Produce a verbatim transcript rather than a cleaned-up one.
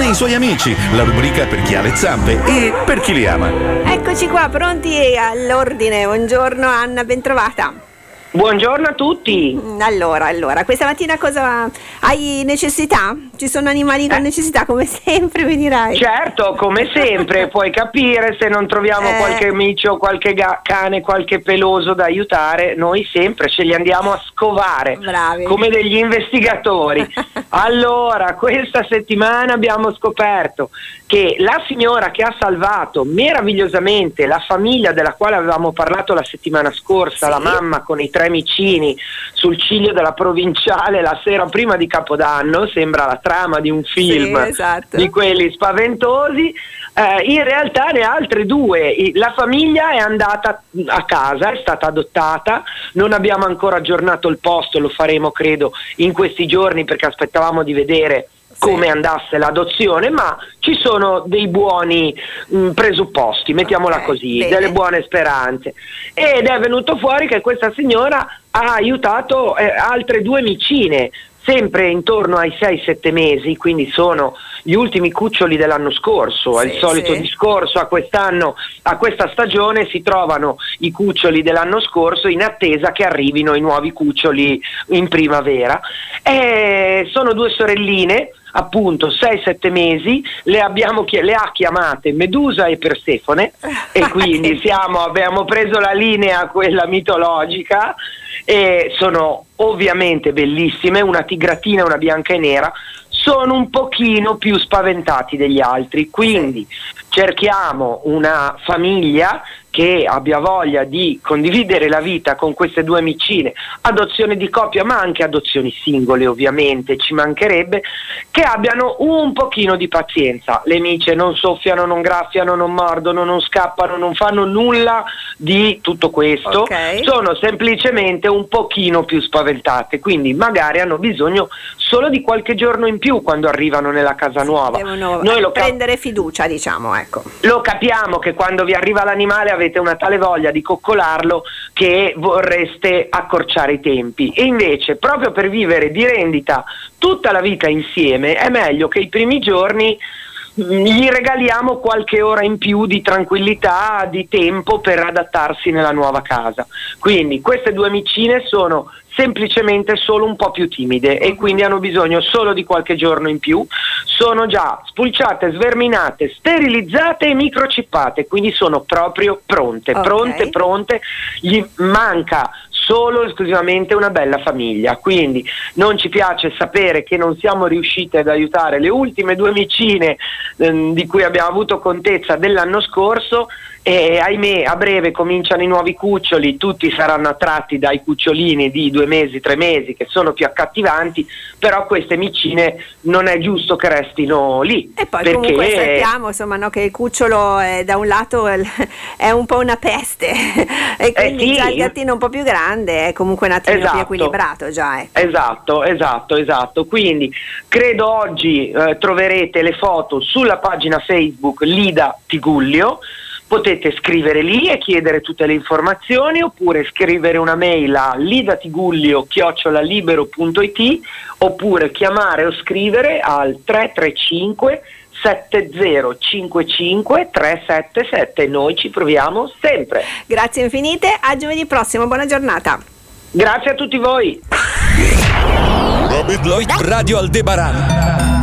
i suoi amici, la rubrica per chi ha le zampe e per chi li ama. Eccoci qua, pronti all'ordine. Buongiorno Anna, bentrovata. Buongiorno a tutti. Allora, allora, questa mattina cosa hai necessità? Ci sono animali con Eh. necessità, come sempre, mi dirai. Certo, come sempre, puoi capire se non troviamo Eh. qualche micio, qualche ga- cane, qualche peloso da aiutare, noi sempre ce li andiamo a scovare, Bravi. come degli investigatori. Allora, questa settimana abbiamo scoperto che la signora che ha salvato meravigliosamente la famiglia della quale avevamo parlato la settimana scorsa, Sì. la mamma con i tre micini sul ciglio della provinciale la sera prima di Capodanno, sembra la trama di un film, Sì, esatto. di quelli spaventosi. Eh, in realtà ne ha altre due. I- la famiglia è andata a casa, è stata adottata, non abbiamo ancora aggiornato il posto, lo faremo credo in questi giorni perché aspettavamo di vedere come andasse l'adozione, ma ci sono dei buoni mh, presupposti, mettiamola Ok, così, bene. delle buone speranze, ed è venuto fuori che questa signora ha aiutato eh, altre due micine sempre intorno ai sei sette mesi, quindi sono gli ultimi cuccioli dell'anno scorso. È Sì, il solito sì. discorso, a quest'anno, a questa stagione si trovano i cuccioli dell'anno scorso in attesa che arrivino i nuovi cuccioli in primavera. E sono due sorelline, appunto sei sette mesi, le, abbiamo, chi- le ha chiamate Medusa e Persefone e quindi siamo, abbiamo preso la linea quella mitologica, e sono ovviamente bellissime, una tigratina e una bianca e nera. Sono un pochino più spaventati degli altri, quindi cerchiamo una famiglia che abbia voglia di condividere la vita con queste due micine, adozione di coppia ma anche adozioni singole, ovviamente ci mancherebbe, che abbiano un pochino di pazienza. Le mice non soffiano, non graffiano, non mordono, non scappano, non fanno nulla di tutto questo, Ok. sono semplicemente un pochino più spaventate, quindi magari hanno bisogno solo di qualche giorno in più quando arrivano nella casa nuova. Devono Noi lo cap- prendere fiducia, diciamo, ecco. lo capiamo che quando vi arriva l'animale avete una tale voglia di coccolarlo che vorreste accorciare i tempi, e invece proprio per vivere di rendita tutta la vita insieme è meglio che i primi giorni mh, gli regaliamo qualche ora in più di tranquillità, di tempo per adattarsi nella nuova casa. Quindi queste due micine sono semplicemente solo un po' più timide e quindi hanno bisogno solo di qualche giorno in più. Sono già spulciate, sverminate, sterilizzate e microchippate, quindi sono proprio pronte, Ok. pronte, pronte. Gli manca solo esclusivamente una bella famiglia, quindi non ci piace sapere che non siamo riusciti ad aiutare le ultime due micine ehm, di cui abbiamo avuto contezza dell'anno scorso, e ahimè a breve cominciano i nuovi cuccioli, tutti saranno attratti dai cucciolini di due mesi, tre mesi che sono più accattivanti, però queste micine non è giusto che restino lì. E poi perché comunque sappiamo, insomma, no, che il cucciolo è, da un lato è, è un po' una peste e quindi sì. già il gattino un po' più grande è comunque un attimino più Esatto. equilibrato già, ecco. Esatto, esatto, esatto. Quindi credo oggi eh, troverete le foto sulla pagina Facebook Lida Tigullio. Potete scrivere lì e chiedere tutte le informazioni, oppure scrivere una mail a lidatigullio chiocciola libero punto it, oppure chiamare o scrivere al tre tre cinque sette zero cinque cinque tre sette sette. Noi ci proviamo sempre. Grazie infinite, a giovedì prossimo, buona giornata. Grazie a tutti voi. Radio Aldebaran.